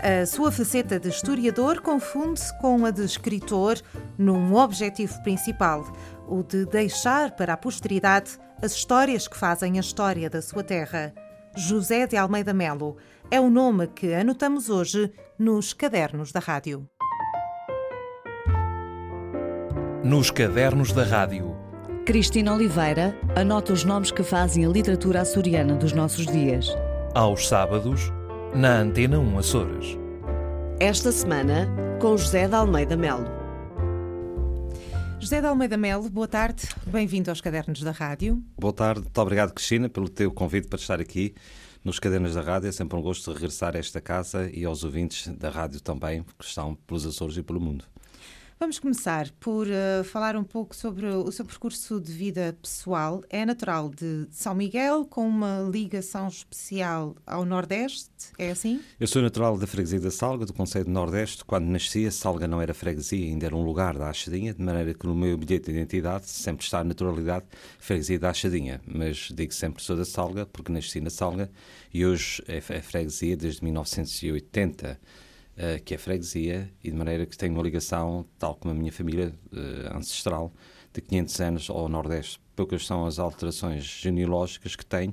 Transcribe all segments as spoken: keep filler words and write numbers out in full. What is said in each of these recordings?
A sua faceta de historiador confunde-se com a de escritor num objetivo principal, o de deixar para a posteridade as histórias que fazem a história da sua terra. José de Almeida Melo é o nome que anotamos hoje nos Cadernos da Rádio. Nos Cadernos da Rádio. Cristina Oliveira anota os nomes que fazem a literatura açoriana dos nossos dias. Aos sábados, na Antena um Açores. Esta semana, com José de Almeida Melo. José de Almeida Melo, boa tarde. Bem-vindo aos Cadernos da Rádio. Boa tarde. Muito obrigado, Cristina, pelo teu convite para estar aqui nos Cadernos da Rádio. É sempre um gosto de regressar a esta casa e aos ouvintes da rádio também, que estão pelos Açores e pelo mundo. Vamos começar por uh, falar um pouco sobre o seu percurso de vida pessoal. É natural de São Miguel, com uma ligação especial ao Nordeste, é assim? Eu sou natural da freguesia da Salga, do concelho do Nordeste. Quando nasci, a Salga não era freguesia, ainda era um lugar da Achadinha, de maneira que no meu bilhete de identidade sempre está a naturalidade freguesia da Achadinha. Mas digo sempre que sou da Salga, porque nasci na Salga e hoje é freguesia desde mil novecentos e oitenta. Uh, que é freguesia, e de maneira que tenho uma ligação, tal como a minha família uh, ancestral, de quinhentos anos ao Nordeste. Poucas são as alterações genealógicas que tenho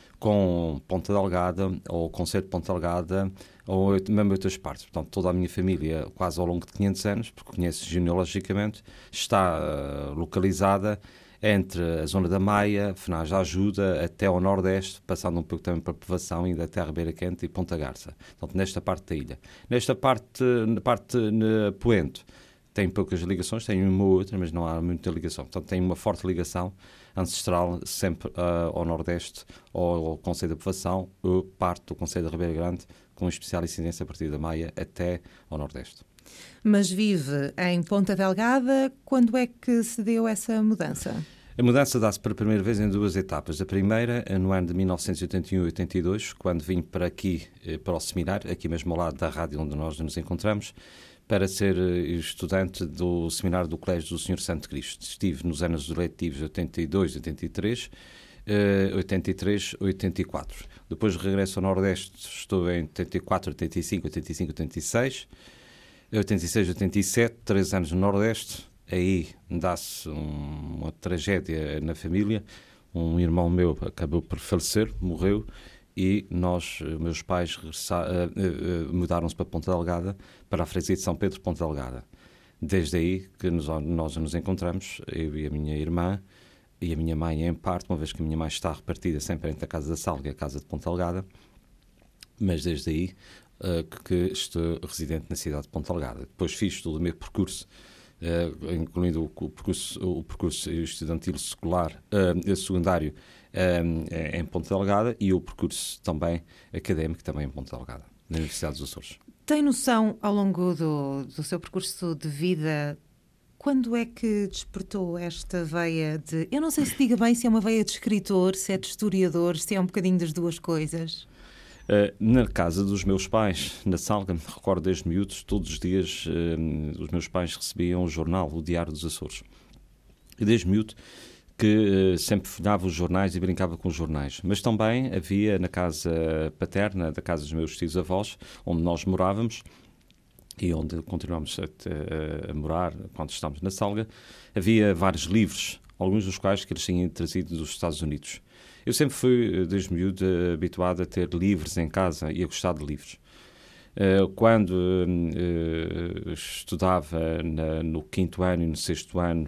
com Ponta Delgada, ou o concelho de Ponta Delgada, ou mesmo outras partes. Portanto, toda a minha família, quase ao longo de quinhentos anos, porque conheço genealogicamente, está uh, localizada entre a zona da Maia, Fenaz da Ajuda, até ao Nordeste, passando um pouco também para Povoação, ainda até a Ribeira Quente e Ponta Garça. Portanto, nesta parte da ilha. Nesta parte, na parte na Poente, tem poucas ligações, tem uma ou outra, mas não há muita ligação. Portanto, tem uma forte ligação ancestral sempre uh, ao Nordeste, ou ao concelho da Povoação, ou parte do concelho da Ribeira Grande, com especial incidência a partir da Maia até ao Nordeste. Mas vive em Ponta Delgada. Quando é que se deu essa mudança? A mudança dá-se pela primeira vez em duas etapas. A primeira, no ano de mil novecentos e oitenta e um e oitenta e dois, quando vim para aqui, para o seminário, aqui mesmo ao lado da rádio onde nós nos encontramos, para ser estudante do seminário do Colégio do Senhor Santo Cristo. Estive nos anos letivos oitenta e dois, oitenta e três, oitenta e três, oitenta e quatro. Depois regresso ao Nordeste, estou em oitenta e quatro, oitenta e cinco, oitenta e cinco, oitenta e seis... oitenta e seis, oitenta e sete, três anos no Nordeste, aí dá-se um, uma tragédia na família. Um irmão meu acabou por falecer, morreu, e nós, meus pais, uh, uh, uh, mudaram-se para Ponta Delgada, para a freguesia de São Pedro, Ponta Delgada. Desde aí que nos, nós nos encontramos, eu e a minha irmã, e a minha mãe em parte, uma vez que a minha mãe está repartida sempre entre a Casa da Salga e a Casa de Ponta Delgada, mas desde aí Uh, que estou residente na cidade de Ponta Delgada. Depois fiz todo o meu percurso, uh, incluindo o, o, percurso, o percurso estudantil escolar, uh, secundário, um, em Ponta Delgada, e o percurso também académico, também em Ponta Delgada, na Universidade dos Açores. Tem noção, ao longo do, do seu percurso de vida, quando é que despertou esta veia de... Eu não sei se diga bem se é uma veia de escritor, se é de historiador, se é um bocadinho das duas coisas. Uh, na casa dos meus pais, na Salga, me recordo desde miúdos, todos os dias uh, os meus pais recebiam o jornal, o Diário dos Açores. E desde miúdo que uh, sempre folhava os jornais e brincava com os jornais. Mas também havia na casa paterna, da casa dos meus tios-avós, onde nós morávamos, e onde continuamos a, a, a morar quando estávamos na Salga, havia vários livros, alguns dos quais que eles tinham trazido dos Estados Unidos. Eu sempre fui, desde miúdo, habituado a ter livros em casa e a gostar de livros. Quando estudava no quinto ano e no sexto ano,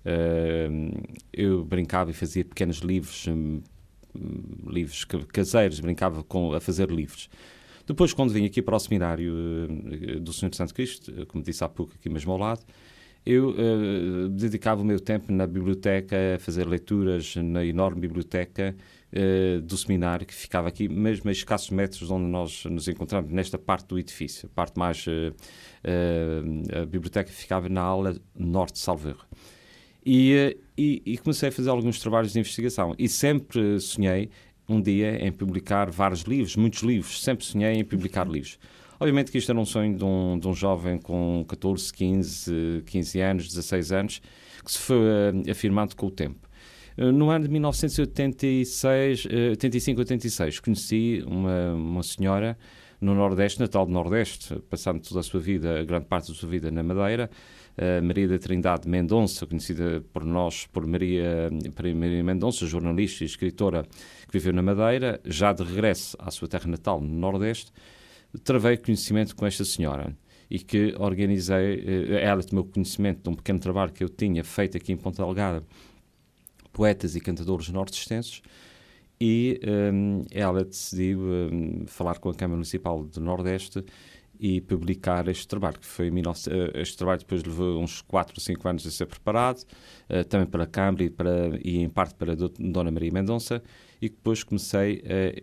eu brincava e fazia pequenos livros, livros caseiros, brincava com, a fazer livros. Depois, quando vim aqui para o seminário do Senhor Santo Cristo, como disse há pouco, aqui mesmo ao lado, eu uh, dedicava o meu tempo na biblioteca a fazer leituras na enorme biblioteca uh, do seminário, que ficava aqui mesmo a escassos metros de onde nós nos encontramos, nesta parte do edifício. A parte mais... Uh, uh, a biblioteca ficava na ala norte de Salvo Erro. E, uh, e, e comecei a fazer alguns trabalhos de investigação. E sempre sonhei um dia em publicar vários livros, muitos livros. Sempre sonhei em publicar livros. Obviamente que isto era um sonho de um, de um jovem com catorze, quinze, quinze anos, dezasseis anos, que se foi uh, afirmando com o tempo. Uh, no ano de mil novecentos e oitenta e seis, uh, oitenta e cinco, oitenta e seis, conheci uma, uma senhora no Nordeste, natural do Nordeste, passando toda a sua vida, grande parte da sua vida na Madeira. Uh, Maria da Trindade Mendonça, conhecida por nós por Maria, por Maria Mendonça, jornalista e escritora que viveu na Madeira, já de regresso à sua terra natal, no Nordeste, travei conhecimento com esta senhora e que organizei, uh, ela tomou conhecimento de um pequeno trabalho que eu tinha feito aqui em Ponta Delgada, poetas e cantadores nordesteses, e um, ela decidiu um, falar com a Câmara Municipal do Nordeste e publicar este trabalho, que foi este trabalho depois levou uns quatro ou cinco anos a ser preparado, uh, também para a Câmara e, para, e em parte para a Dona Maria Mendonça, e depois comecei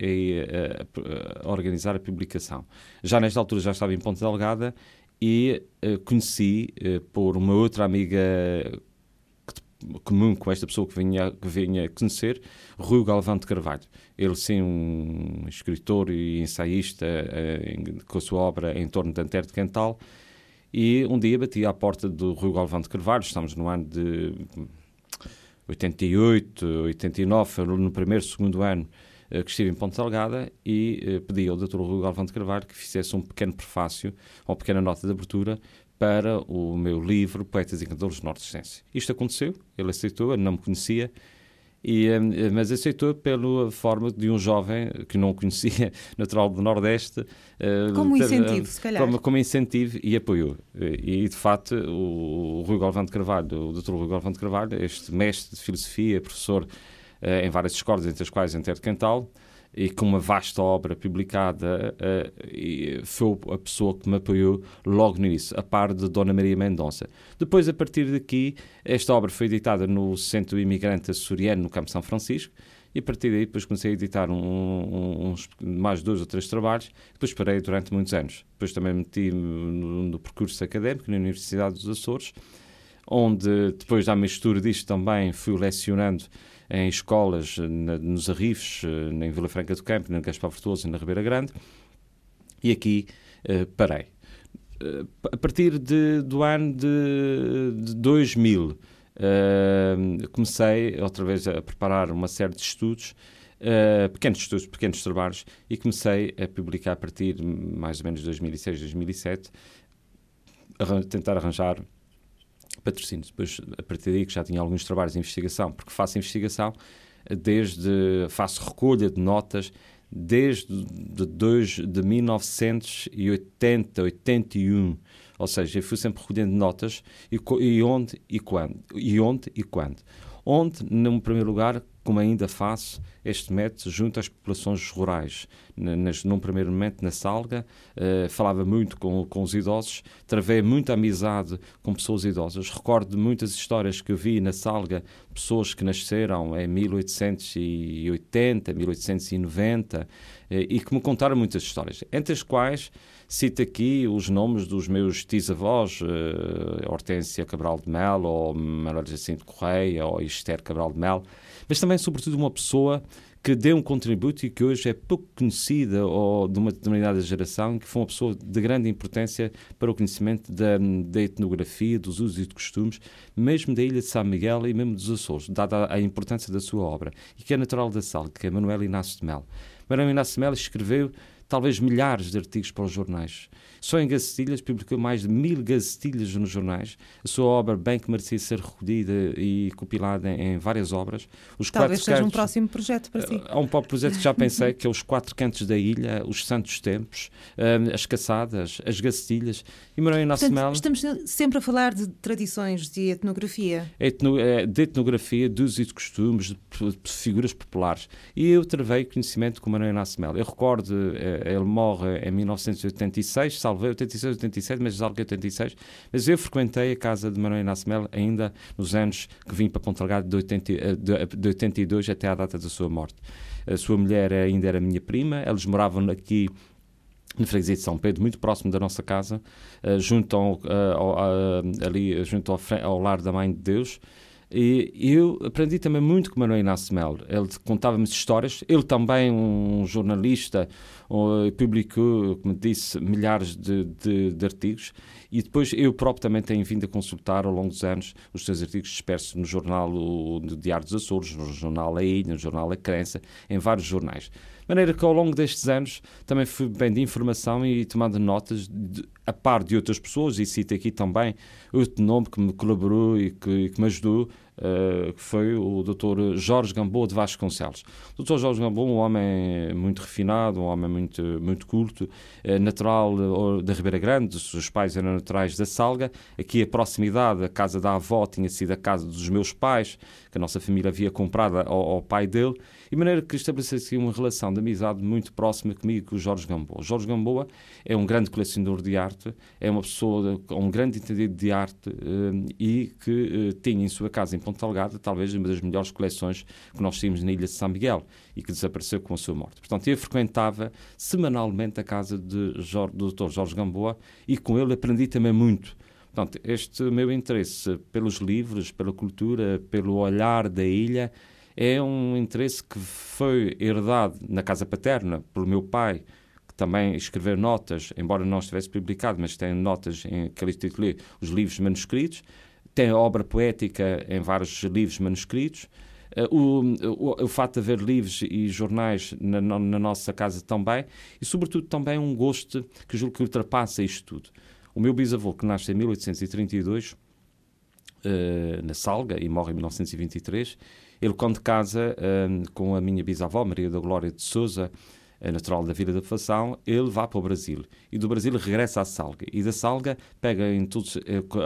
a, a, a organizar a publicação. Já nesta altura já estava em Ponta Delgada e uh, conheci uh, por uma outra amiga comum com esta pessoa que vinha, que vinha conhecer, Rui Galvão de Carvalho. Ele, sim, um escritor e ensaísta eh, com a sua obra em torno de Antero de Quental, e um dia bati à porta do Rui Galvão de Carvalho, estamos no ano de oitenta e oito, oitenta e nove, no primeiro, segundo ano eh, que estive em Ponta Delgada, e eh, pedi ao doutor Rui Galvão de Carvalho que fizesse um pequeno prefácio, ou uma pequena nota de abertura, para o meu livro Poetas e Cantadores Nordesteses. Isto aconteceu, ele aceitou, ele não me conhecia, e, mas aceitou pela forma de um jovem que não o conhecia, natural do Nordeste. Como incentivo, se calhar. Como, como incentivo, e apoiou. E, de facto, o, o Rui Galvão de Carvalho, o doutor Rui Galvão de Carvalho, este mestre de filosofia, professor em várias escolas, entre as quais Antero de Quental, e com uma vasta obra publicada, uh, e foi a pessoa que me apoiou logo no início, a par de Dona Maria Mendonça. Depois, a partir daqui, esta obra foi editada no Centro Imigrante Açoriano, no Campo São Francisco, e a partir daí depois comecei a editar um, um, uns, mais dois ou três trabalhos, depois parei durante muitos anos. Depois também meti no, no percurso académico na Universidade dos Açores, onde, depois da mistura disto também, fui lecionando em escolas, na, nos Arrifes, em Vila Franca do Campo, na Gaspar Frutuoso e na Ribeira Grande, e aqui uh, parei. Uh, a partir de, do ano de, de dois mil, uh, comecei outra vez a preparar uma série de estudos, uh, pequenos estudos, pequenos trabalhos, e comecei a publicar a partir de mais ou menos dois mil e seis, dois mil e sete, a tentar arranjar patrocínios. Depois, a partir daí, que já tinha alguns trabalhos de investigação, porque faço investigação, desde, faço recolha de notas, desde de, dois, de mil novecentos e oitenta, oitenta e um, ou seja, eu fui sempre recolhendo notas, e, e onde e quando, e onde e quando. Onde, num primeiro lugar, como ainda faço, este método junto às populações rurais. Nas, num primeiro momento, na Salga, uh, falava muito com, com os idosos, travei muita amizade com pessoas idosas. Recordo de muitas histórias que eu vi na Salga, pessoas que nasceram em mil oitocentos e oitenta, mil oitocentos e noventa, uh, e que me contaram muitas histórias, entre as quais cito aqui os nomes dos meus tisavós, uh, Hortência Cabral de Melo, ou Manuel Jacinto Correia, ou Esther Cabral de Melo, mas também, sobretudo, uma pessoa que deu um contributo e que hoje é pouco conhecida, ou de uma determinada geração, que foi uma pessoa de grande importância para o conhecimento da, da etnografia, dos usos e de costumes, mesmo da ilha de São Miguel e mesmo dos Açores, dada a importância da sua obra, e que é natural da Salga, que é Manuel Inácio de Melo. Manuel Inácio de Melo escreveu talvez milhares de artigos para os jornais. Só em gazetilhas, publicou mais de mil gazetilhas nos jornais. A sua obra bem que merecia ser recolhida e compilada em, em várias obras. Os talvez seja cantos, um próximo projeto para si. Há um próprio projeto que já pensei, que é Os Quatro Cantos da Ilha, Os Santos Tempos, um, As Caçadas, As Gazetilhas. E Manuel Inácio de Melo... Estamos sempre a falar de tradições de etnografia. Etno, de etnografia, de usos e de costumes, de, de figuras populares. E eu travei conhecimento com Manuel Inácio de Melo. Eu recordo... Ele morre em mil novecentos e oitenta e seis, salvei oitenta e seis, oitenta e sete, mas salvei oitenta e seis. Mas eu frequentei a casa de Manuel Inácio de Melo ainda nos anos que vim para Ponta Delgada de, oitenta, de, de oitenta e dois até à data da sua morte. A sua mulher ainda era minha prima, eles moravam aqui na freguesia de São Pedro, muito próximo da nossa casa, junto ao, ao, ali, junto ao, ao lar da Mãe de Deus. E eu aprendi também muito com Manuel Inácio de Melo. Ele contava-me histórias. Ele também, um jornalista, publicou, como disse, milhares de, de, de artigos. E depois eu próprio também tenho vindo a consultar ao longo dos anos os seus artigos dispersos no jornal o, no Diário dos Açores, no jornal A Ilha, no jornal A Crença, em vários jornais. De maneira que ao longo destes anos também fui bem de informação e tomando notas de, a par de outras pessoas, e cito aqui também outro nome que me colaborou e que, e que me ajudou, Uh, que foi o doutor Jorge Gamboa de Vasconcelos. O doutor Jorge Gamboa, um homem muito refinado, um homem muito, muito culto, uh, natural uh, da Ribeira Grande, os seus pais eram naturais da Salga. Aqui a proximidade, a casa da avó tinha sido a casa dos meus pais, que a nossa família havia comprado ao, ao pai dele, e de maneira que estabeleceu uma relação de amizade muito próxima comigo, com o Jorge Gamboa. O Jorge Gamboa é um grande colecionador de arte, é uma pessoa com um grande entendido de arte uh, e que uh, tinha em sua casa, em Ponta Delgada, talvez uma das melhores coleções que nós tínhamos na Ilha de São Miguel e que desapareceu com a sua morte. Portanto, eu frequentava semanalmente a casa de Jorge, do doutor Jorge Gamboa e com ele aprendi também muito. Portanto, este meu interesse pelos livros, pela cultura, pelo olhar da ilha, é um interesse que foi herdado na casa paterna pelo meu pai, que também escreveu notas, embora não estivesse publicado, mas tem notas em que ele titulou os livros manuscritos. Tem obra poética em vários livros manuscritos. Uh, o, o, o facto de haver livros e jornais na, na, na nossa casa também. E, sobretudo, também um gosto que julgo que ultrapassa isto tudo. O meu bisavô, que nasce em mil oitocentos e trinta e dois, uh, na Salga, e morre em mil novecentos e vinte e três, ele, quando casa uh, com a minha bisavó, Maria da Glória de Sousa, natural da Vila da Fação, ele vai para o Brasil. E do Brasil regressa à Salga. E da Salga pega em todos,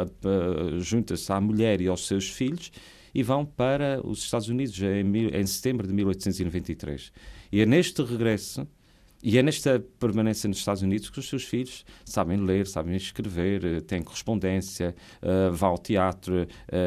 junta-se à mulher e aos seus filhos e vão para os Estados Unidos em, mil, em setembro de mil oitocentos e noventa e três. E é neste regresso e é nesta permanência nos Estados Unidos que os seus filhos sabem ler, sabem escrever, têm correspondência, uh, vão ao teatro, uh,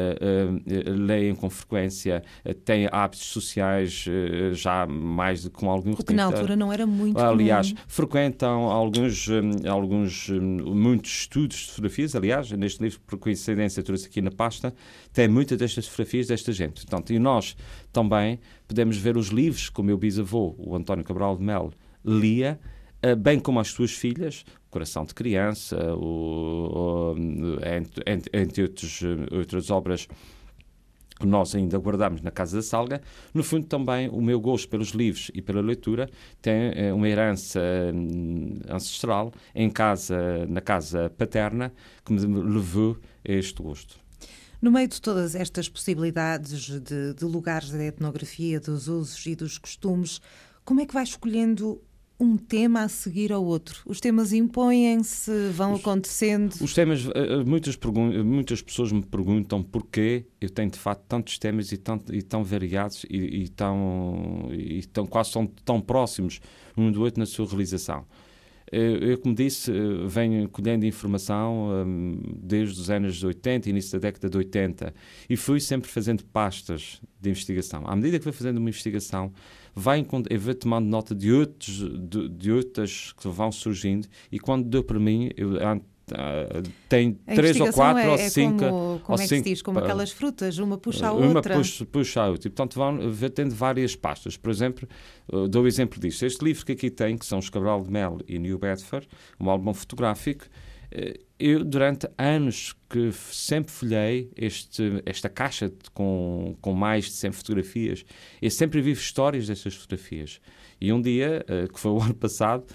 uh, leem com frequência, uh, têm hábitos sociais uh, já mais de, com algum retinto. O que na altura não era muito Aliás, comum. frequentam alguns, um, alguns um, muitos estudos de fotografias. Aliás, neste livro, por coincidência, trouxe aqui na pasta, tem muitas destas fotografias desta gente. Portanto, e nós também podemos ver os livros que o meu bisavô, o António Cabral de Melo, lia, bem como as suas filhas, Coração de Criança, o, o, entre, entre, entre outros, outras obras que nós ainda guardamos na Casa da Salga. No fundo, também o meu gosto pelos livros e pela leitura tem é, uma herança ancestral em casa, na casa paterna, que me levou a este gosto. No meio de todas estas possibilidades de, de lugares da etnografia, dos usos e dos costumes, como é que vai escolhendo um tema a seguir ao outro? Os temas impõem-se, vão os, acontecendo? Os temas, muitas, muitas pessoas me perguntam porquê eu tenho de facto tantos temas e tão, e tão variados e, e, tão, e tão, quase são tão próximos um do outro na sua realização. Eu, como disse, venho colhendo informação um, desde os anos oitenta, início da década de oitenta, e fui sempre fazendo pastas de investigação. À medida que vou fazendo uma investigação, vai, eu vou tomando nota de, outros, de, de outras que vão surgindo, e quando deu para mim, eu Uh, tem a três ou quatro é, ou é cinco. Como, como é que cinco, se diz? Como uh, aquelas frutas, uma puxa a uma outra. Uma puxa, puxa a outra. E, portanto, vão tendo várias pastas. Por exemplo, uh, dou o exemplo disto. Este livro que aqui tem, que são os Cabral de Melo e New Bedford, um álbum fotográfico, uh, eu, durante anos que sempre folhei este, esta caixa de, com, com mais de cem fotografias, eu sempre vi histórias destas fotografias. E um dia, uh, que foi o ano passado,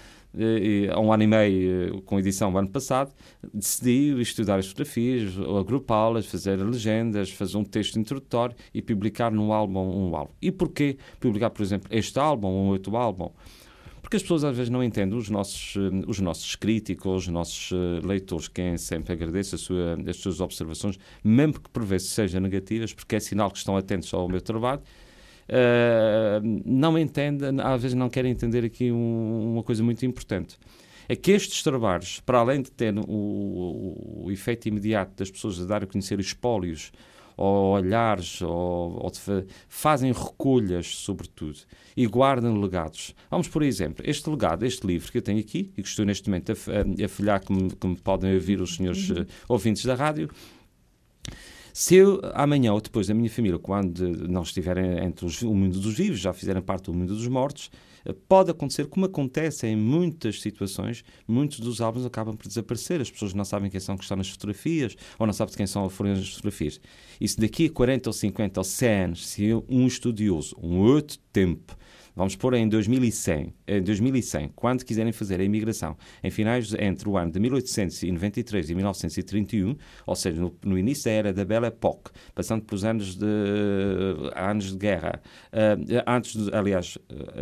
há um ano e meio, com edição do ano passado, decidi estudar as fotografias, agrupá-las, fazer legendas, fazer um texto introdutório e publicar num álbum um álbum. E porquê publicar, por exemplo, este álbum ou um outro álbum? Porque as pessoas às vezes não entendem, os nossos, os nossos críticos, os nossos leitores, quem sempre agradece a sua, as suas observações, mesmo que por vezes sejam negativas, porque é sinal que estão atentos ao meu trabalho. Uh, não entendem, às vezes não querem entender aqui um, uma coisa muito importante. É que estes trabalhos, para além de ter o, o, o efeito imediato das pessoas a dar a conhecer espólios, ou olhares, ou, ou de, fazem recolhas, sobretudo, e guardam legados. Vamos, por exemplo, este legado, este livro que eu tenho aqui, e que estou neste momento a, a, a folhear, como, como podem ouvir os senhores uh, ouvintes da rádio. Se eu, amanhã ou depois da minha família, quando não estiverem entre os, o mundo dos vivos, já fizerem parte do mundo dos mortos, pode acontecer, como acontece em muitas situações, muitos dos álbuns acabam por desaparecer. As pessoas não sabem quem são que estão nas fotografias, ou não sabem de quem são foram as fotografias. E se daqui a quarenta ou cinquenta ou cem anos, se um estudioso, um outro tempo, vamos pôr em dois mil e cem, em dois mil e cem, quando quiserem fazer a imigração, em finais entre o ano de mil oitocentos e noventa e três e mil novecentos e trinta e um, ou seja, no, no início da era da Belle Époque, passando pelos anos de, anos de guerra, uh, antes de, aliás, uh,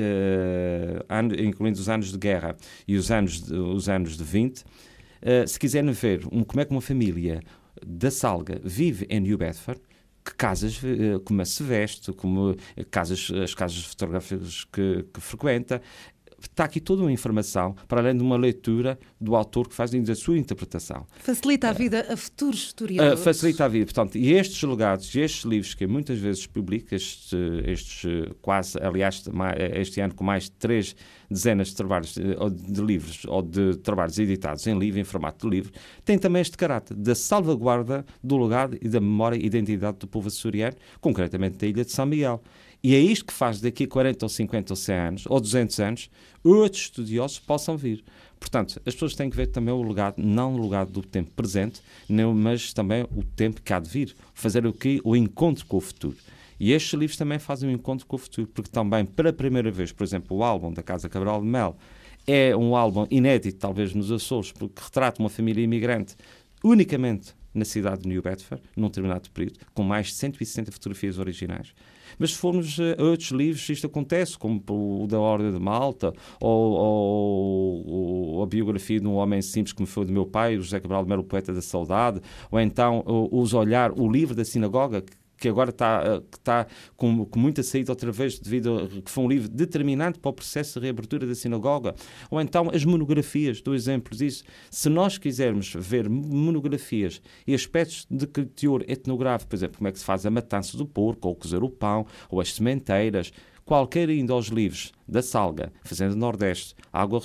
uh, ano, incluindo os anos de guerra e os anos de, os anos de vinte, uh, se quiserem ver um, como é que uma família da Salga vive em New Bedford, que casas, como se veste, como casas, as casas fotográficas que, que frequenta. Está aqui toda uma informação, para além de uma leitura do autor que faz da sua interpretação. Facilita a vida a futuros historiadores. Uh, facilita a vida. Portanto, e estes legados, e estes livros que muitas vezes publica, estes, estes quase, aliás, este ano com mais de três dezenas de trabalhos de, de livros ou de trabalhos editados em livro, em formato de livro, tem também este caráter da salvaguarda do legado e da memória e identidade do povo açoriano, concretamente da ilha de São Miguel. E é isto que faz daqui a quarenta ou cinquenta ou cem anos, ou duzentos anos, outros estudiosos possam vir. Portanto, as pessoas têm que ver também o legado, não o legado do tempo presente, mas também o tempo que há de vir. Fazer o quê? O encontro com o futuro. E estes livros também fazem um encontro com o futuro, porque também, pela primeira vez, por exemplo, o álbum da Casa Cabral de Mel é um álbum inédito, talvez nos Açores, porque retrata uma família imigrante unicamente na cidade de New Bedford, num determinado período, com mais de cento e sessenta fotografias originais. Mas se formos a outros livros, isto acontece, como o da Ordem de Malta, ou, ou, ou a biografia de um homem simples como foi o do meu pai, o José Cabral de Melo, o poeta da saudade, ou então Os Olhar, o livro da sinagoga, que agora está, que está com, com muita saída outra vez, devido a que foi um livro determinante para o processo de reabertura da sinagoga. Ou então as monografias, dou exemplos disso. Se nós quisermos ver monografias e aspectos de teor etnográfico, por exemplo, como é que se faz a matança do porco, ou cozer o pão, ou as sementeiras, qualquer ainda aos livros da Salga, Fazenda do Nordeste, Água,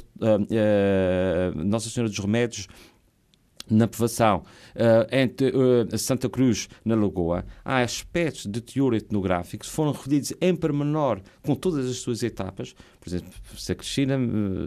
uh, uh, Nossa Senhora dos Remédios, na Povação, uh, entre uh, Santa Cruz, na Lagoa, há aspectos de teor etnográfico que foram recolhidos em pormenor, com todas as suas etapas. Por exemplo, se a Cristina,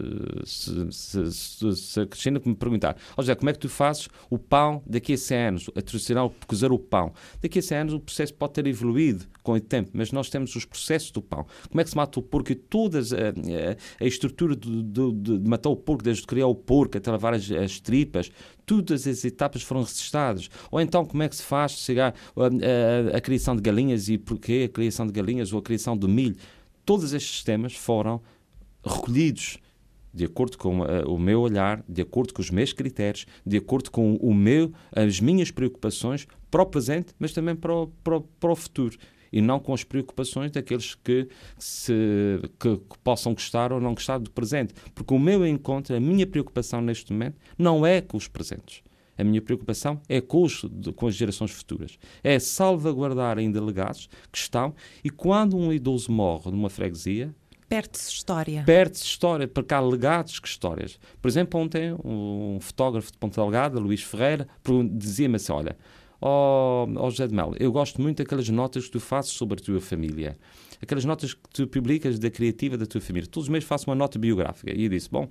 se, se, se, se a Cristina me perguntar, ó José, como é que tu fazes o pão daqui a cem anos, a tradicional cozer o pão? Daqui a cem anos o processo pode ter evoluído com o tempo, mas nós temos os processos do pão. Como é que se mata o porco e toda a, a, a estrutura de, de, de matar o porco, desde criar o porco até lavar as, as tripas, todas as etapas foram registradas. Ou então, como é que se faz chegar a, a, a criação de galinhas e porquê a criação de galinhas ou a criação do milho? Todos estes temas foram recolhidos de acordo com uh, o meu olhar, de acordo com os meus critérios, de acordo com o meu, as minhas preocupações para o presente, mas também para o, para o, para o futuro. E não com as preocupações daqueles que, se, que, que possam gostar ou não gostar do presente. Porque o meu encontro, a minha preocupação neste momento, não é com os presentes. A minha preocupação é com, os, com as gerações futuras. É salvaguardar ainda legados que estão, e quando um idoso morre numa freguesia, perde-se história. Perde-se história, porque há legados que histórias. Por exemplo, ontem um fotógrafo de Ponta Delgada, Luís Ferreira, dizia-me assim, olha, ó oh, oh José de Mel, eu gosto muito daquelas notas que tu fazes sobre a tua família. Aquelas notas que tu publicas da criativa da tua família. Todos os meses faço uma nota biográfica. E eu disse, bom...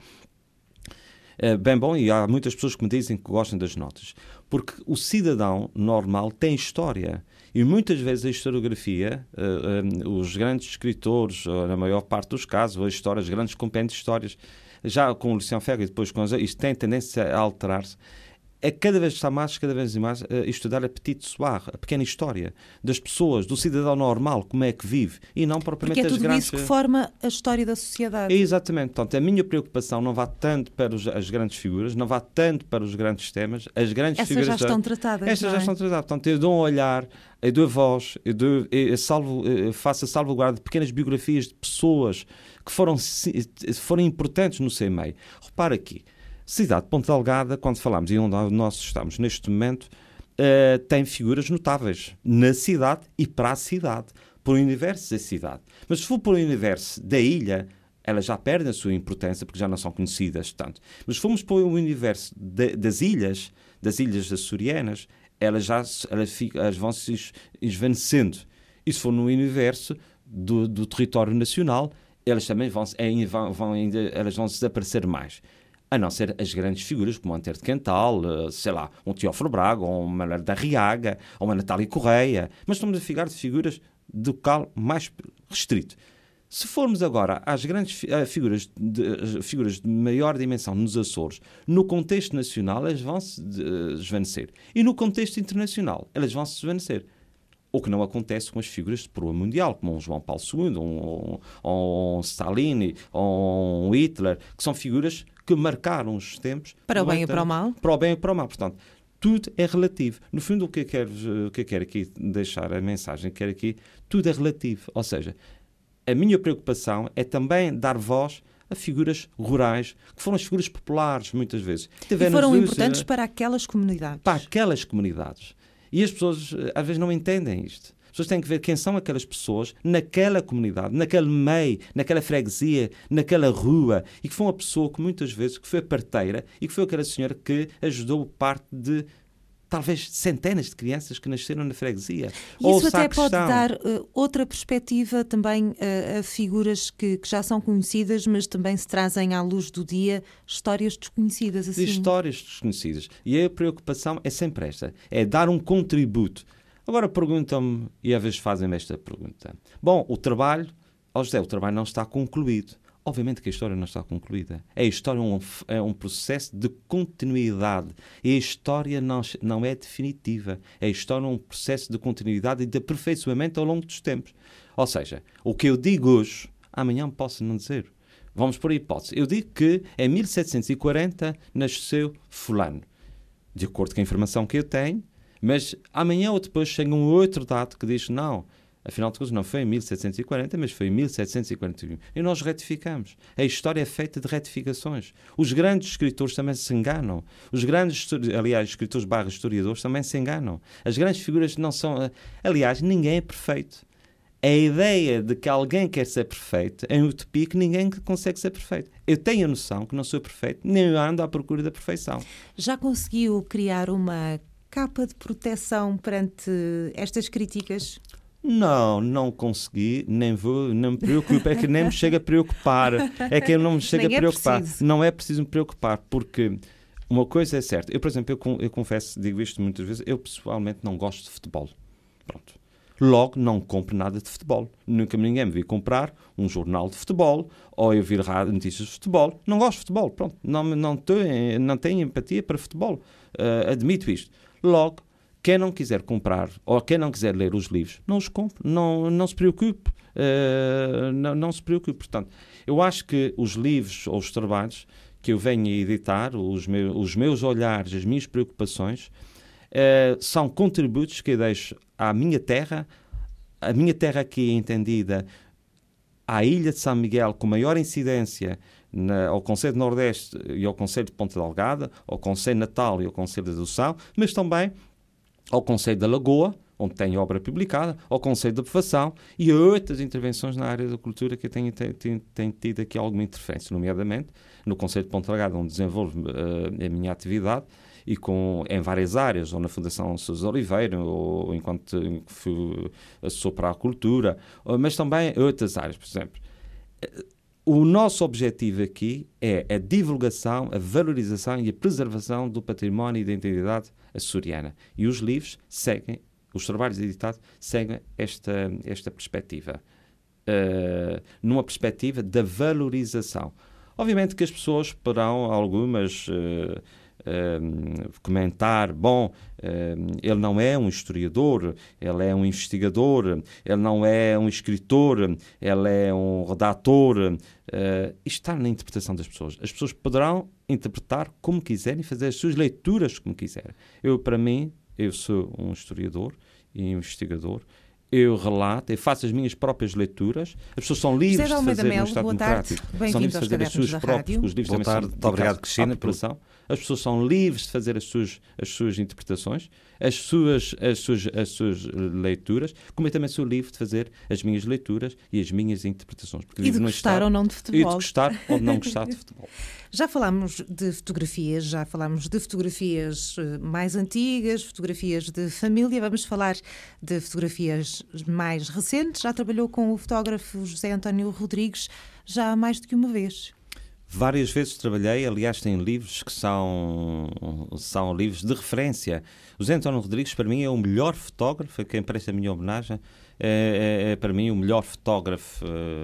Uh, bem bom, e há muitas pessoas que me dizem que gostam das notas, porque o cidadão normal tem história, e muitas vezes a historiografia, uh, uh, os grandes escritores, uh, na maior parte dos casos, as histórias, grandes compêndios de histórias, já com o Luciano Ferreira e depois com os, isto tem tendência a alterar-se, é cada vez está mais, cada vez mais uh, estudar a petite histoire, a pequena história das pessoas, do cidadão normal, como é que vive, e não propriamente as grandes... Porque é tudo grandes... isso que forma a história da sociedade. É exatamente. Portanto, a minha preocupação não vai tanto para os, as grandes figuras, não vai tanto para os grandes temas. As grandes Essas figuras já estão tratadas, Estas não já é? estão tratadas. Portanto, eu dou um olhar, eu dou voz, eu, dou, eu, salvo, eu faço a salvaguarda de pequenas biografias de pessoas que foram, foram importantes no seu meio. Repara aqui, cidade de Ponta Delgada, quando falamos e onde nós estamos neste momento, uh, tem figuras notáveis na cidade e para a cidade, para o universo da cidade. Mas se for para o universo da ilha, elas já perdem a sua importância porque já não são conhecidas tanto. Mas se formos para o universo de, das ilhas, das ilhas açorianas, elas já elas ficam, elas vão se esvanecendo. E se for no universo do, do território nacional, elas também vão, vão, vão ainda, elas vão desaparecer mais. A não ser as grandes figuras, como o Antero de Quental, sei lá, um Teófilo Braga, ou uma Manuel da Riaga, ou uma Natália Correia. Mas estamos a falar de figuras de local mais restrito. Se formos agora às grandes figuras de, figuras de maior dimensão nos Açores, no contexto nacional elas vão se desvanecer. E no contexto internacional elas vão se desvanecer. O que não acontece com as figuras de proa mundial, como um João Paulo segundo, um, um, um Stalin, um Hitler, que são figuras que marcaram os tempos. Para o bem e para o mal. Para o bem e para o mal. Portanto, tudo é relativo. No fundo, o que eu quero, o que eu quero aqui deixar, a mensagem que quero aqui, tudo é relativo. Ou seja, a minha preocupação é também dar voz a figuras rurais, que foram as figuras populares, muitas vezes. E foram importantes para aquelas comunidades. Para aquelas comunidades. E as pessoas, às vezes, não entendem isto. As pessoas têm que ver quem são aquelas pessoas naquela comunidade, naquele meio, naquela freguesia, naquela rua, e que foi uma pessoa que muitas vezes que foi parteira e que foi aquela senhora que ajudou parte de talvez centenas de crianças que nasceram na freguesia. E isso até pode dar uh, outra perspectiva também uh, a figuras que, que já são conhecidas, mas também se trazem à luz do dia histórias desconhecidas. Assim. De histórias desconhecidas. E a preocupação é sempre esta, é dar um contributo. Agora perguntam-me, e às vezes fazem-me esta pergunta. Bom, o trabalho, ó José, o trabalho não está concluído. Obviamente que a história não está concluída. A história é um, é um processo de continuidade. E a história não, não é definitiva. A história é um processo de continuidade e de aperfeiçoamento ao longo dos tempos. Ou seja, o que eu digo hoje, amanhã posso não dizer. Vamos por hipótese. Eu digo que em mil setecentos e quarenta nasceu fulano. De acordo com a informação que eu tenho, mas amanhã ou depois chega um outro dado que diz não. Afinal de contas, não foi em mil setecentos e quarenta, mas foi em mil setecentos e quarenta e um. E nós retificamos. A história é feita de retificações. Os grandes escritores também se enganam. Os grandes, aliás, escritores barra historiadores também se enganam. As grandes figuras não são... Aliás, ninguém é perfeito. A ideia de que alguém quer ser perfeito é uma utopia que ninguém consegue ser perfeito. Eu tenho a noção que não sou perfeito, nem ando à procura da perfeição. Já conseguiu criar uma capa de proteção perante estas críticas? Não, não consegui, nem vou, não me preocupo, é que nem me chega a preocupar, é que eu não me chega a preocupar, é não é preciso me preocupar, porque uma coisa é certa, eu, por exemplo, eu, eu confesso, digo isto muitas vezes, eu pessoalmente não gosto de futebol, pronto, logo não compro nada de futebol, nunca ninguém me viu comprar um jornal de futebol, ou eu vir notícias de futebol, não gosto de futebol, pronto, não, não, tenho, não tenho empatia para futebol, uh, admito isto, logo, quem não quiser comprar ou quem não quiser ler os livros, não os compre, não, não se preocupe. Uh, não, não se preocupe. Portanto, eu acho que os livros ou os trabalhos que eu venho a editar, os meus, os meus olhares, as minhas preocupações, uh, são contributos que eu deixo à minha terra, a minha terra aqui é entendida à Ilha de São Miguel com maior incidência, Na, ao Conselho de Nordeste e ao Conselho de Ponta Delgada, ao Conselho de Natal e ao Conselho de Adoção, mas também ao Conselho da Lagoa, onde tem obra publicada, ao Conselho da Povoação e a outras intervenções na área da cultura que eu tenho, tenho, tenho tido aqui alguma interferência, nomeadamente no Conselho de Ponta Delgada, onde desenvolvo uh, a minha atividade, e com, em várias áreas, ou na Fundação Sousa Oliveira, ou enquanto fui assessor para a cultura, mas também outras áreas, por exemplo. O nosso objetivo aqui é a divulgação, a valorização e a preservação do património e da identidade açoriana. E os livros seguem, os trabalhos editados seguem esta, esta perspectiva. Uh, numa perspectiva da valorização. Obviamente que as pessoas poderão, algumas, uh, uh, comentar, bom, uh, ele não é um historiador, ele é um investigador, ele não é um escritor, ele é um redator. Uh, isto está na interpretação das pessoas. As pessoas poderão interpretar como quiserem, fazer as suas leituras como quiserem. Eu, para mim, eu sou um historiador e um investigador. Eu relato, eu faço as minhas próprias leituras. As pessoas são livres de fazer no Estado Democrático. São livres de fazer as suas próprias. Os livros Boa tarde, muito obrigado, Cristina. As pessoas são livres de fazer as suas, as suas interpretações, as suas, as, suas, as suas leituras, como eu também sou livre de fazer as minhas leituras e as minhas interpretações. Porque e de gostar ou não de futebol. E de gostar ou não gostar de futebol. Já falámos de fotografias, já falámos de fotografias mais antigas, fotografias de família, vamos falar de fotografias mais recentes. Já trabalhou com o fotógrafo José António Rodrigues já há mais do que uma vez. Várias vezes trabalhei, aliás, tem livros que são, são livros de referência. O José António Rodrigues, para mim, é o melhor fotógrafo a quem presta a minha homenagem é, é, é para mim o melhor fotógrafo,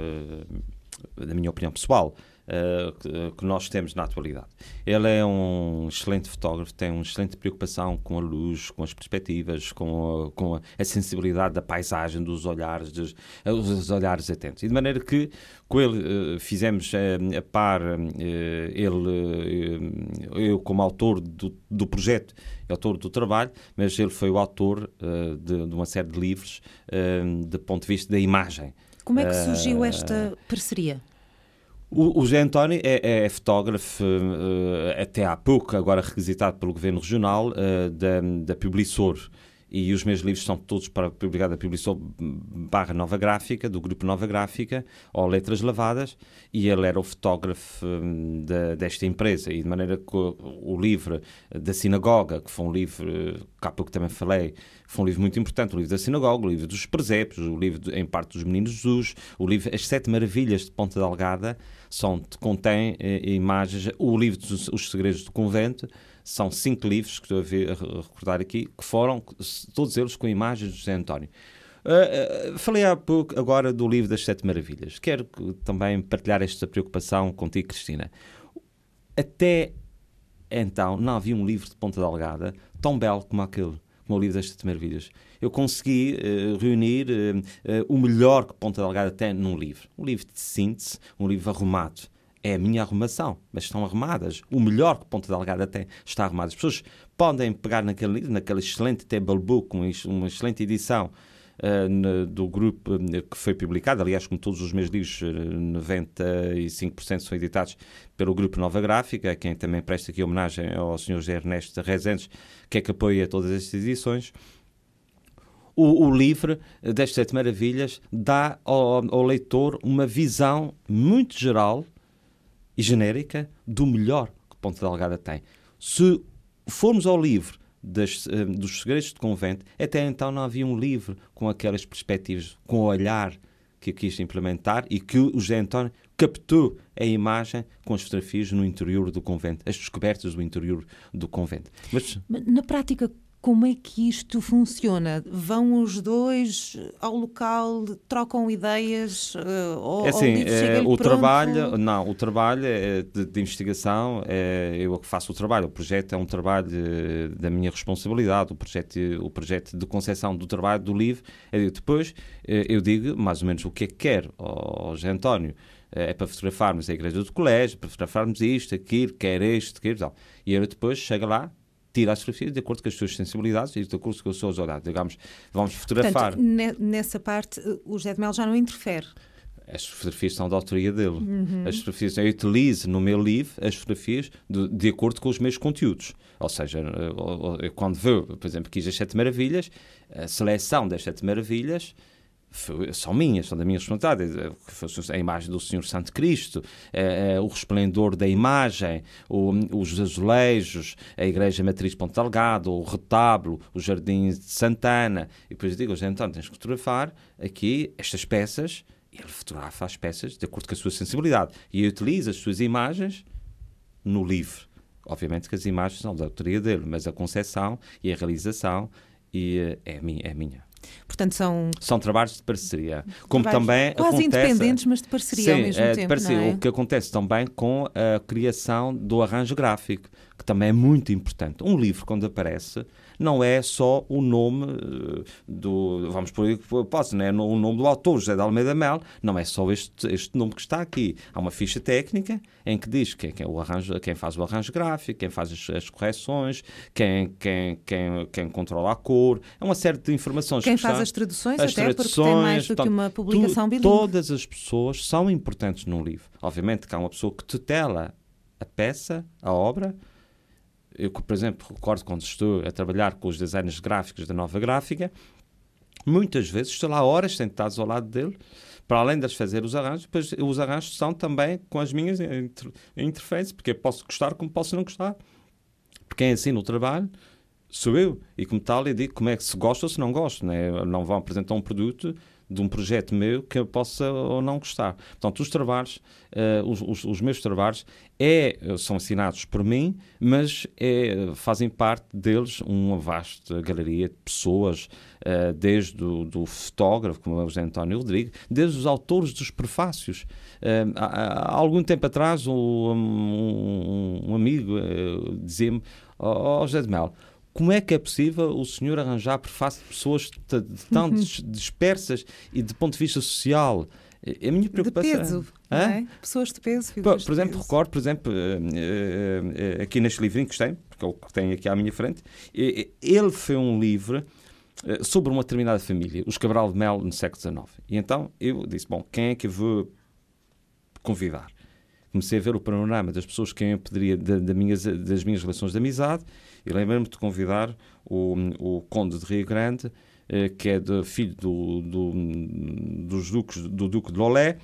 uh, da minha opinião pessoal, uh, que, que nós temos na atualidade. Ele é um excelente fotógrafo, tem uma excelente preocupação com a luz, com as perspectivas, com a, com a sensibilidade da paisagem, dos olhares, dos, dos olhares atentos. E de maneira que com ele uh, fizemos uh, a par, uh, ele, uh, eu como autor do, do projeto, autor do trabalho, mas ele foi o autor uh, de, de uma série de livros uh, do ponto de vista da imagem. Como é que surgiu esta parceria? O, o José António é, é fotógrafo uh, até há pouco, agora requisitado pelo Governo Regional, uh, da, da Publisor. E os meus livros são todos para publicar da Publisor barra Nova Gráfica, do grupo Nova Gráfica, ou Letras Lavadas, e ele era o fotógrafo um, de, desta empresa. E de maneira que o, o livro da Sinagoga, que foi um livro, que há pouco também falei, foi um livro muito importante, o livro da Sinagoga, o livro dos Presépios, o livro, de, em parte, dos Meninos Jesus, o livro As Sete Maravilhas de Ponta Delgada, são, contém eh, imagens, o livro dos Os Segredos do Convento. São cinco livros que estou a, ver, a recordar aqui, que foram, todos eles, com imagens de José António. Uh, uh, falei há pouco agora do livro das Sete Maravilhas. Quero também partilhar esta preocupação contigo, Cristina. Até então não havia um livro de Ponta Delgada tão belo como aquele, como o livro das Sete Maravilhas. Eu consegui uh, reunir uh, uh, o melhor que Ponta Delgada tem num livro. Um livro de síntese, um livro arrumado. É a minha arrumação, mas estão arrumadas. O melhor que Ponta Delgada tem está arrumado. As pessoas podem pegar naquele livro, naquele excelente table book, uma excelente edição uh, no, do grupo uh, que foi publicado. Aliás, como todos os meus livros, uh, noventa e cinco por cento são editados pelo grupo Nova Gráfica, a quem também presta aqui homenagem ao senhor José Ernesto Rezendes, que é que apoia todas estas edições. O, o livro das Sete Maravilhas dá ao, ao leitor uma visão muito geral e genérica do melhor que Ponta Delgada tem. Se formos ao livro das, dos Segredos do Convento, até então não havia um livro com aquelas perspectivas, com o olhar que eu quis implementar e que o José António captou a imagem com as fotografias no interior do convento, as descobertas do interior do convento. Mas, na prática, como é que isto funciona? Vão os dois ao local, trocam ideias? Uh, ou, é assim, ou é, o pronto? trabalho, não, o trabalho é de, de investigação, é eu que faço o trabalho. O projeto é um trabalho da minha responsabilidade. O projeto, o projeto de concepção do trabalho do livro. É, depois eu digo mais ou menos o que é que quero ao José António. É para fotografarmos a igreja do colégio, para fotografarmos isto, aquilo, quer isto, quer tal. E ele depois chega lá, tira as fotografias de acordo com as suas sensibilidades e de acordo com os seus olhares. Digamos, vamos fotografar. Portanto, nessa parte, o José de Mel já não interfere. As fotografias são da autoria dele. Uhum. As fotografias, eu utilizo no meu livro as fotografias de, de acordo com os meus conteúdos. Ou seja, eu, eu, quando vou, por exemplo, quis as Sete Maravilhas, a seleção das Sete Maravilhas são minhas, são da minha responsabilidade. A imagem do Senhor Santo Cristo, é, é, o resplendor da imagem, o, os azulejos, a Igreja Matriz Ponta Delgada, o retábulo, o Jardim de Santana. E depois eu digo, José António, tens que fotografar aqui estas peças. E ele fotografa as peças de acordo com a sua sensibilidade. E utiliza as suas imagens no livro. Obviamente que as imagens são da autoria dele, mas a concepção e a realização e, é, minha, é minha. Portanto, são... São trabalhos de parceria. Como trabalhos também quase acontece... independentes, mas de parceria sim, ao mesmo é, tempo, parceria. não é? O que acontece também com a criação do arranjo gráfico, que também é muito importante. Um livro, quando aparece, não é só o nome do... Vamos por aí que posso, não é o nome do autor, José de Almeida Mel, não é só este, este nome que está aqui. Há uma ficha técnica em que diz quem, quem, o arranjo, quem faz o arranjo gráfico, quem faz as, as correções, quem, quem, quem, quem controla a cor, é uma série de informações. Quem que faz está, as traduções, as até traduções, porque tem mais do portanto, que uma publicação tu, bilíngue. Todas as pessoas são importantes num livro. Obviamente que há uma pessoa que tutela a peça, a obra. Eu, por exemplo, recordo quando estou a trabalhar com os designers gráficos da Nova Gráfica, muitas vezes estou lá horas sentados ao lado dele, para além de fazer os arranjos, depois os arranjos são também com as minhas inter interfaces, porque eu posso gostar como posso não gostar. Porque quem ensina o trabalho sou eu, e como tal eu digo como é que se gosta ou se não gosta. Não, é? Não vão apresentar um produto de um projeto meu que eu possa ou não gostar. Portanto, os trabalhos, uh, os, os, os meus trabalhos é, são assinados por mim, mas é, fazem parte deles uma vasta galeria de pessoas, uh, desde o do fotógrafo, como é o José António Rodrigues, desde os autores dos prefácios. Uh, há, há algum tempo atrás, um, um, um amigo uh, dizia-me: ó oh, José de Mel, como é que é possível o senhor arranjar prefácio de pessoas de, de tão uhum. dispersas e de ponto de vista social? A minha preocupação... De peso, não é? Pessoas de peso. Por, por exemplo, peso. recordo, por exemplo, aqui neste livrinho que tem, porque é o que tem aqui à minha frente, ele foi um livro sobre uma determinada família, os Cabral de Mel, no século dezenove. E então eu disse, bom, quem é que eu vou convidar? Comecei a ver o panorama das pessoas que eu poderia, da, da minhas, das minhas relações de amizade, e lembro-me de convidar o, o Conde de Rio Grande, eh, que é de, filho do, do, dos duques, do Duque de Lolé,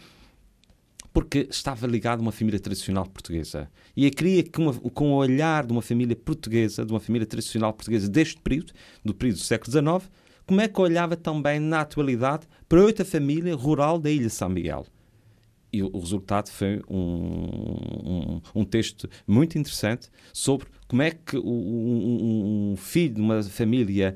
porque estava ligado a uma família tradicional portuguesa. E eu queria que, uma, com o olhar de uma família portuguesa, de uma família tradicional portuguesa deste período, do período do século dezenove, como é que olhava também na atualidade para outra família rural da Ilha de São Miguel. E o resultado foi um, um, um texto muito interessante sobre como é que um, um filho de uma família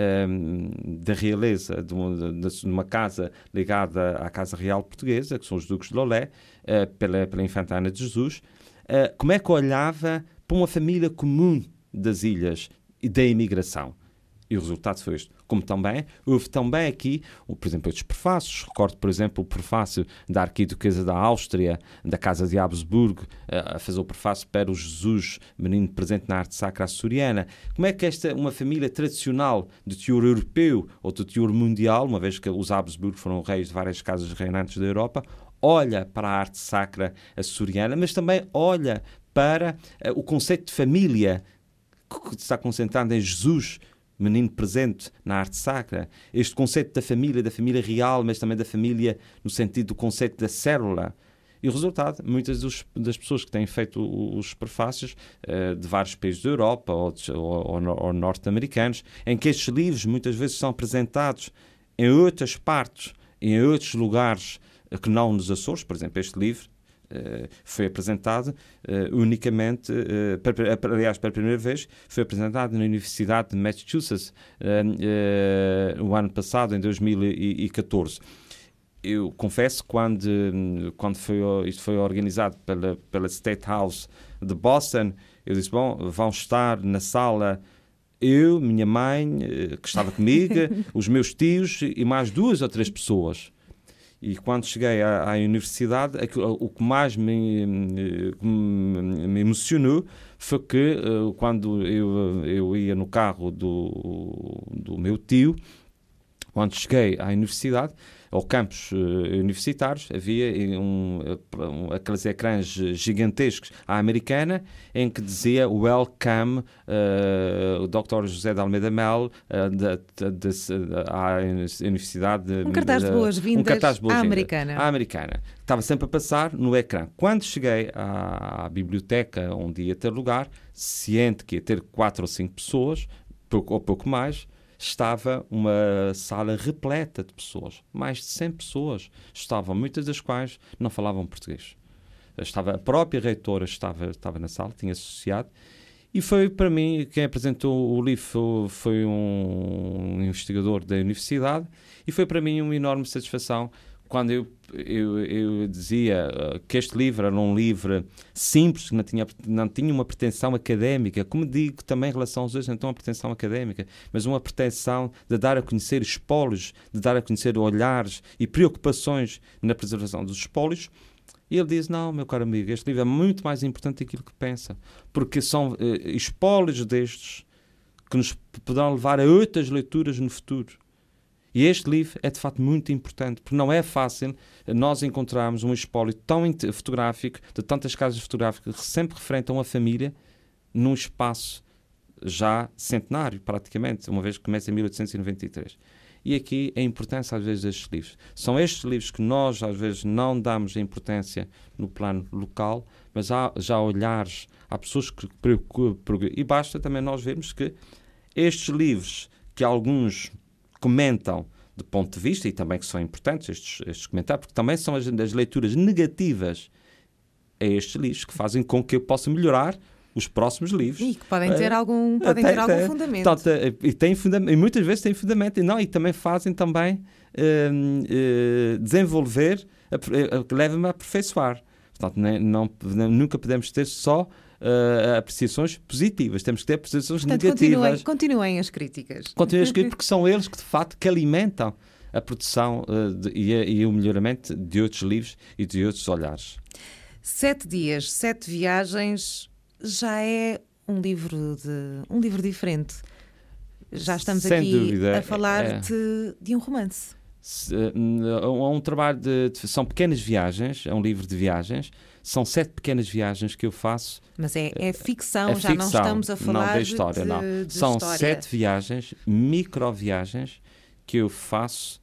um, da realeza, de uma, de uma casa ligada à Casa Real Portuguesa, que são os Duques de Lolé, uh, pela, pela Infanta Ana de Jesus, uh, como é que olhava para uma família comum das ilhas e da imigração. E o resultado foi este. Como também, houve também aqui, por exemplo, estes prefácios. Recordo, por exemplo, o prefácio da Arquiduquesa da Áustria, da Casa de Habsburgo, a fazer o prefácio para o Jesus, menino presente na arte sacra açoriana. Como é que esta, uma família tradicional de teor europeu ou de teor mundial, uma vez que os Habsburgo foram reis de várias casas reinantes da Europa, olha para a arte sacra açoriana, mas também olha para uh, o conceito de família que está concentrado em Jesus, menino presente na arte sacra, este conceito da família, da família real, mas também da família no sentido do conceito da célula. E o resultado, muitas dos, das pessoas que têm feito os prefácios uh, de vários países da Europa ou, de, ou, ou, ou norte-americanos, em que estes livros muitas vezes são apresentados em outras partes, em outros lugares uh, que não nos Açores. Por exemplo, este livro Uh, foi apresentado uh, unicamente, uh, para, para, aliás, pela primeira vez, foi apresentado na Universidade de Massachusetts uh, uh, o ano passado, em dois mil e catorze. Eu confesso, quando, quando foi, isto foi organizado pela, pela State House de Boston, eu disse, bom, vão estar na sala eu, minha mãe, que estava comigo, os meus tios e mais duas ou três pessoas. E quando cheguei à, à universidade, aquilo, o que mais me, me, me emocionou foi que uh, quando eu, eu ia no carro do, do meu tio, quando cheguei à universidade, ao campus uh, universitários, havia um, um, aqueles ecrãs gigantescos à americana, em que dizia Welcome, uh, o doutor José de Almeida Mel, uh, de, de, de, de, à Universidade... De, um cartaz de boas-vindas um cartaz de boas à americana. À americana. Estava sempre a passar no ecrã. Quando cheguei à, à biblioteca, onde ia ter lugar, ciente que ia ter quatro ou cinco pessoas, pouco, ou pouco mais, estava uma sala repleta de pessoas. Mais de cem pessoas estavam, muitas das quais não falavam português. Estava, a própria reitora estava, estava na sala, tinha associado, e foi para mim, quem apresentou o livro foi um investigador da universidade, e foi para mim uma enorme satisfação quando eu, eu, eu dizia que este livro era um livro simples, que não tinha, não tinha uma pretensão académica, como digo também em relação aos dois, não tem uma pretensão académica, mas uma pretensão de dar a conhecer espólios, de dar a conhecer olhares e preocupações na preservação dos espólios. E ele diz, não, meu caro amigo, este livro é muito mais importante daquilo que pensa, porque são eh, espólios destes que nos poderão levar a outras leituras no futuro. E este livro é, de facto, muito importante, porque não é fácil nós encontrarmos um espólio tão fotográfico, de tantas casas fotográficas, sempre referente a uma família, num espaço já centenário, praticamente, uma vez que começa em mil oitocentos e noventa e três. E aqui a importância, às vezes, destes livros. São estes livros que nós, às vezes, não damos a importância no plano local, mas há já olhares, há pessoas que preocupam. E basta também nós vermos que estes livros, que alguns comentam de ponto de vista, e também que são importantes estes, estes comentários, porque também são as, as leituras negativas a estes livros que fazem com que eu possa melhorar os próximos livros. E que podem ter algum, Uh, podem tem, ter algum tem, fundamento. Tanto, e, tem fundamento, e muitas vezes têm fundamento. E, não, e também fazem também uh, uh, desenvolver, uh, leva-me a aperfeiçoar. Portanto, nem, não, nunca podemos ter só uh, apreciações positivas. Temos que ter apreciações Portanto, negativas. Continuem, continuem as críticas. Continuem as críticas, porque são eles que, de facto, que alimentam a produção uh, de, e, a, e o melhoramento de outros livros e de outros olhares. Sete dias, sete viagens, já é um livro, de, um livro diferente. Já estamos Sem aqui dúvida, a falar é, de, de um romance. É um trabalho de, de... São pequenas viagens, é um livro de viagens. São sete pequenas viagens que eu faço. Mas é, é ficção, é já ficção, não estamos a falar não da história, de, não. de, de São história. sete viagens, micro-viagens, que eu faço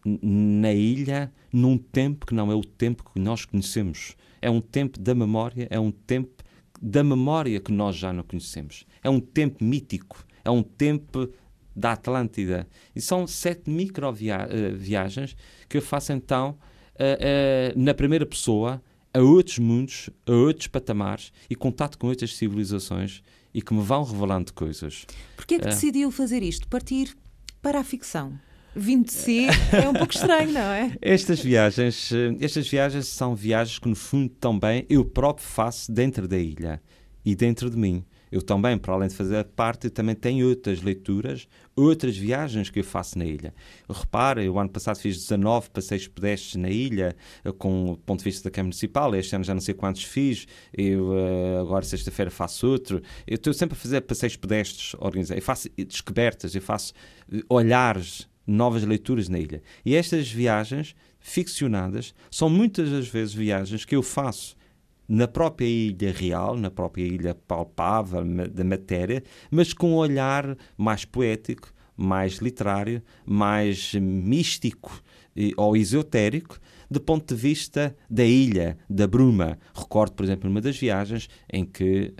na ilha, num tempo que não é o tempo que nós conhecemos. É um tempo da memória, é um tempo da memória que nós já não conhecemos. É um tempo mítico, é um tempo da Atlântida. E são sete micro-viagens que eu faço, então, uh, uh, na primeira pessoa, a outros mundos, a outros patamares e contato com outras civilizações e que me vão revelando coisas. Porquê é que uh, decidiu fazer isto? Partir para a ficção? Vindo de si é um pouco estranho, não é? Estas viagens, estas viagens são viagens que, no fundo, também eu próprio faço dentro da ilha e dentro de mim. Eu também, para além de fazer parte, eu também tenho outras leituras, outras viagens que eu faço na ilha. Repara, eu ano passado fiz dezanove passeios pedestres na ilha, com o ponto de vista da Câmara Municipal. Este ano já não sei quantos fiz. Eu agora, sexta-feira, faço outro. Eu estou sempre a fazer passeios pedestres organizados. Eu faço descobertas, eu faço olhares, novas leituras na ilha. E estas viagens ficcionadas são muitas das vezes viagens que eu faço na própria ilha real, na própria ilha palpável da matéria, mas com um olhar mais poético, mais literário, mais místico ou esotérico, do ponto de vista da ilha, da bruma. Recordo, por exemplo, uma das viagens em que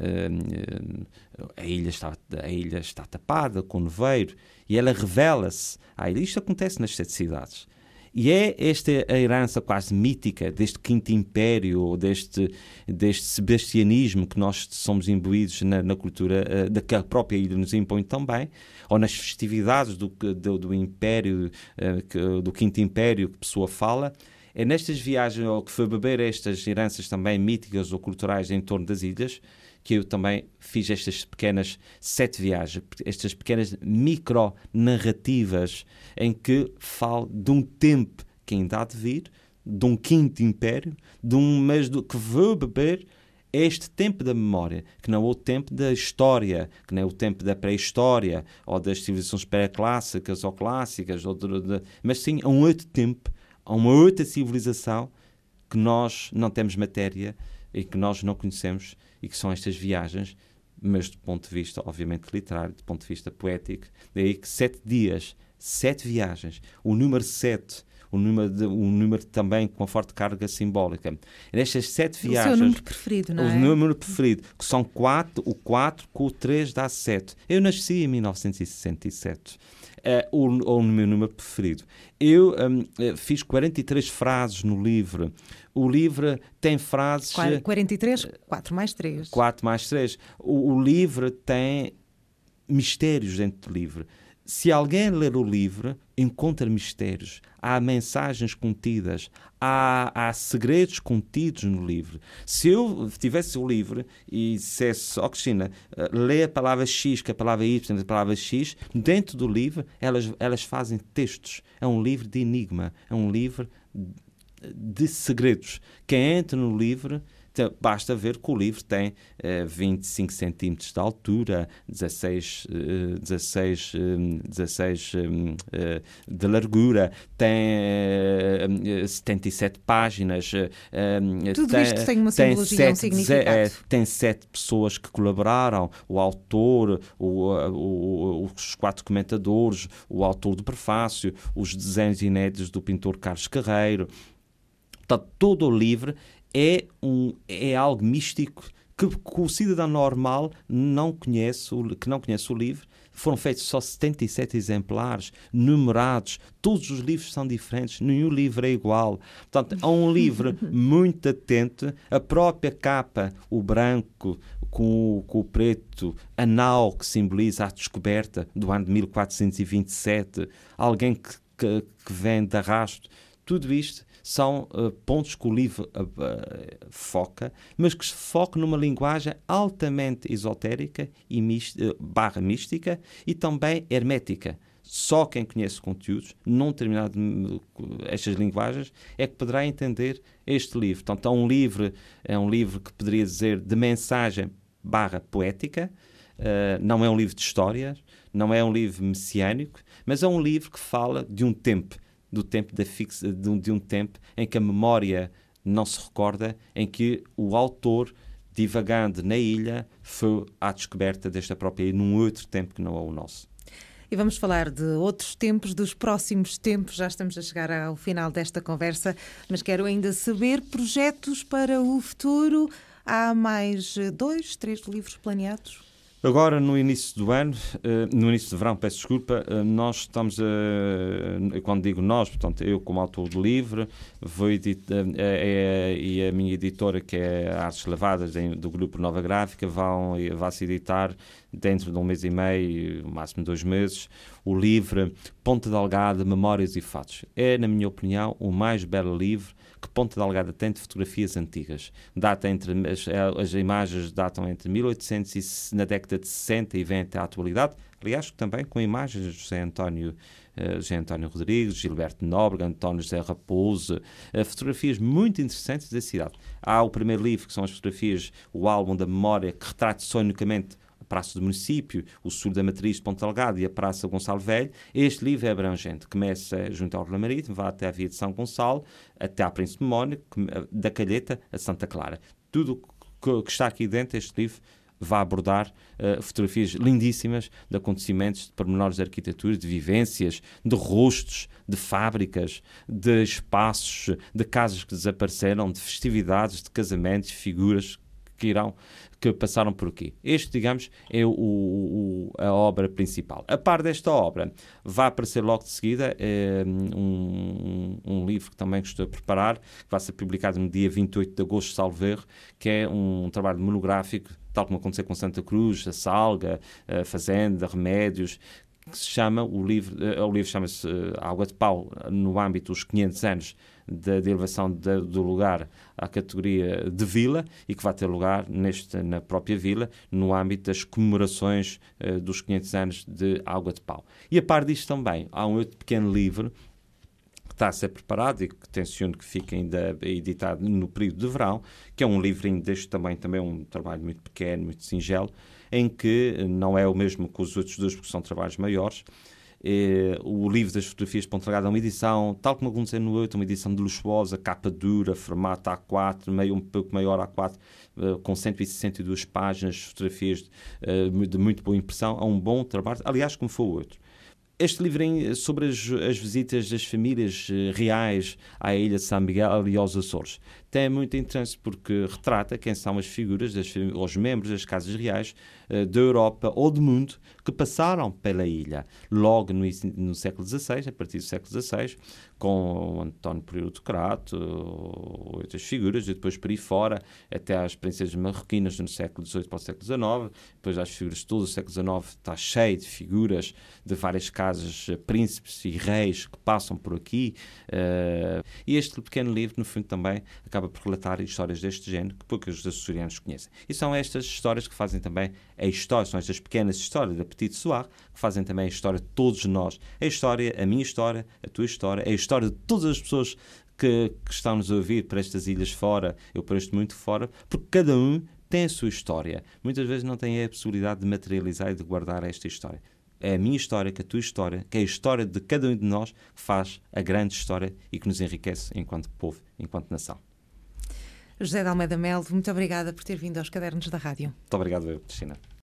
uh, a, ilha está, a ilha está tapada com nevoeiro e ela revela-se à ilha. Isto acontece nas sete cidades. E é esta a herança quase mítica deste Quinto Império, ou deste, deste sebastianismo que nós somos imbuídos na, na cultura, uh, da que a própria ilha nos impõe também, ou nas festividades do, do, do Império, uh, que, do Quinto Império que Pessoa fala. É nestas viagens, ou que foi beber estas heranças também míticas ou culturais em torno das ilhas, que eu também fiz estas pequenas sete viagens, estas pequenas micro-narrativas em que falo de um tempo que ainda há de vir, de um quinto império, de um, mas do, que vou beber este tempo da memória, que não é o tempo da história, que não é o tempo da pré-história, ou das civilizações pré-clássicas ou clássicas, ou de, de, mas sim a um outro tempo, a uma outra civilização que nós não temos matéria e que nós não conhecemos, e que são estas viagens, mas do ponto de vista, obviamente, literário, do ponto de vista poético. Daí que sete dias, sete viagens, o número sete, o número, de, um número também com uma forte carga simbólica. Nestas sete viagens... O seu número preferido, não é? O número preferido, que são quatro, o quatro com o três dá sete. Eu nasci em mil novecentos e sessenta e sete. Uh, o, o meu número preferido. Eu um, fiz quarenta e três frases no livro. O livro tem frases... quarenta e três, quatro mais três. quatro mais três. O, o livro tem mistérios dentro do livro. Se alguém ler o livro, encontra mistérios. Há mensagens contidas. Há, há segredos contidos no livro. Se eu tivesse o livro e dissesse, ó Cristina, lê a palavra X, que a palavra Y, a palavra X, dentro do livro, elas, elas fazem textos. É um livro de enigma. É um livro de segredos. Quem entra no livro... Basta ver que o livro tem uh, vinte e cinco centímetros de altura, dezasseis, uh, dezasseis, um, dezasseis um, uh, de largura, tem uh, setenta e sete páginas. Uh, um, Tudo tem, isto tem uma simbologia, tem um sete, significado. Uh, tem sete pessoas que colaboraram, o autor, o, o, os quatro comentadores, o autor do prefácio, os desenhos inéditos do pintor Carlos Carreiro. Portanto, todo o livro é, um, é algo místico que, que o cidadão normal não conhece, o, que não conhece o livro. Foram feitos só setenta e sete exemplares, numerados, todos os livros são diferentes, nenhum livro é igual. Portanto, é um livro muito atento, a própria capa, o branco com o, com o preto, a nau que simboliza a descoberta do ano de mil quatrocentos e vinte e sete, alguém que, que, que vem de arrasto, tudo isto são uh, pontos que o livro uh, uh, foca, mas que se foca numa linguagem altamente esotérica e míst- uh, barra mística e também hermética. Só quem conhece conteúdos, não determinado uh, estas linguagens, é que poderá entender este livro. Portanto, é um livro, é um livro que poderia dizer de mensagem barra poética, uh, não é um livro de histórias, não é um livro messiânico, mas é um livro que fala de um tempo, do tempo da fixa, de, um, de um tempo em que a memória não se recorda, em que o autor, divagando na ilha, foi à descoberta desta própria ilha num outro tempo que não é o nosso. E vamos falar de outros tempos, dos próximos tempos. Já estamos a chegar ao final desta conversa, mas quero ainda saber projetos para o futuro. Há mais dois, três livros planeados? Agora, no início do ano, no início de verão, peço desculpa, nós estamos a, quando digo nós, portanto, eu como autor do livro, vou editar, e a minha editora, que é Artes Lavadas, do Grupo Nova Gráfica, vão, vai-se editar dentro de um mês e meio, no máximo dois meses, o livro Ponta Delgada, Memórias e Fatos. É, na minha opinião, o mais belo livro que Ponta Delgada tem de fotografias antigas. Data entre, as, as imagens datam entre mil e oitocentos, e, na década de sessenta, e vem até à atualidade. Aliás, também com imagens de José António, uh, José António Rodrigues, Gilberto Nóbrega, António José Raposo, uh, fotografias muito interessantes da cidade. Há o primeiro livro, que são as fotografias, o álbum da memória, que retrata sonicamente a Praça do Município, o sul da Matriz de Ponta Delgada e a Praça Gonçalo Velho. Este livro é abrangente, começa junto ao Orla Marítimo, vai até a Via de São Gonçalo, até à Príncipe Mónico, da Calheta a Santa Clara. Tudo que, que está aqui dentro deste livro vai abordar uh, fotografias lindíssimas de acontecimentos, de pormenores de arquitetura, de vivências, de rostos, de fábricas, de espaços, de casas que desapareceram, de festividades, de casamentos, figuras que irão, que passaram por aqui. Este, digamos, é o, o, a obra principal. A par desta obra, vai aparecer logo de seguida é, um, um livro que também estou a preparar, que vai ser publicado no dia vinte e oito de agosto, salvo erro, que é um trabalho monográfico, tal como aconteceu com Santa Cruz, a Salga, a Fazenda, Remédios, que se chama, o livro, o livro chama-se Água de Pau, no âmbito dos quinhentos anos da de elevação de, do lugar à categoria de vila, e que vai ter lugar neste, na própria vila, no âmbito das comemorações uh, dos quinhentos anos de Água de Pau. E a par disto também, há um outro pequeno livro que está a ser preparado e que tenciono que fique ainda editado no período de verão, que é um livrinho deste também, também um trabalho muito pequeno, muito singelo, em que não é o mesmo que os outros dois, porque são trabalhos maiores. É, o livro das fotografias de Ponta Delgada é uma edição, tal como aconteceu no outro, uma edição de luxuosa, capa dura, formato A quatro, meio um pouco maior A quatro, uh, com cento e sessenta e duas páginas, fotografias uh, de muito boa impressão. É um bom trabalho, aliás, como foi o outro. Este livrinho sobre as, as visitas das famílias uh, reais à ilha de São Miguel e aos Açores tem muito interesse, porque retrata quem são as figuras, das, os membros das casas reais uh, da Europa ou do mundo que passaram pela ilha. Logo no, no século dezasseis, a partir do século dezasseis, com o António Pereira do Crato, outras figuras, e depois por aí fora, até às princesas marroquinas no século dezoito para o século dezanove, depois às figuras de todo o século dezanove, está cheio de figuras de várias casas, príncipes e reis que passam por aqui. Uh, e este pequeno livro, no fundo, também acaba por relatar histórias deste género que poucos açorianos conhecem. E são estas histórias que fazem também a história, são estas pequenas histórias da Petite Soir, que fazem também a história de todos nós. A história, a minha história, a tua história, a história de todas as pessoas que, que estão-nos a ouvir para estas ilhas fora, eu para este muito fora, porque cada um tem a sua história. Muitas vezes não tem a possibilidade de materializar e de guardar esta história. É a minha história, que a tua história, que é a história de cada um de nós, que faz a grande história e que nos enriquece enquanto povo, enquanto nação. José de Almeida Melo, muito obrigada por ter vindo aos Cadernos da Rádio. Muito obrigado, Cristina.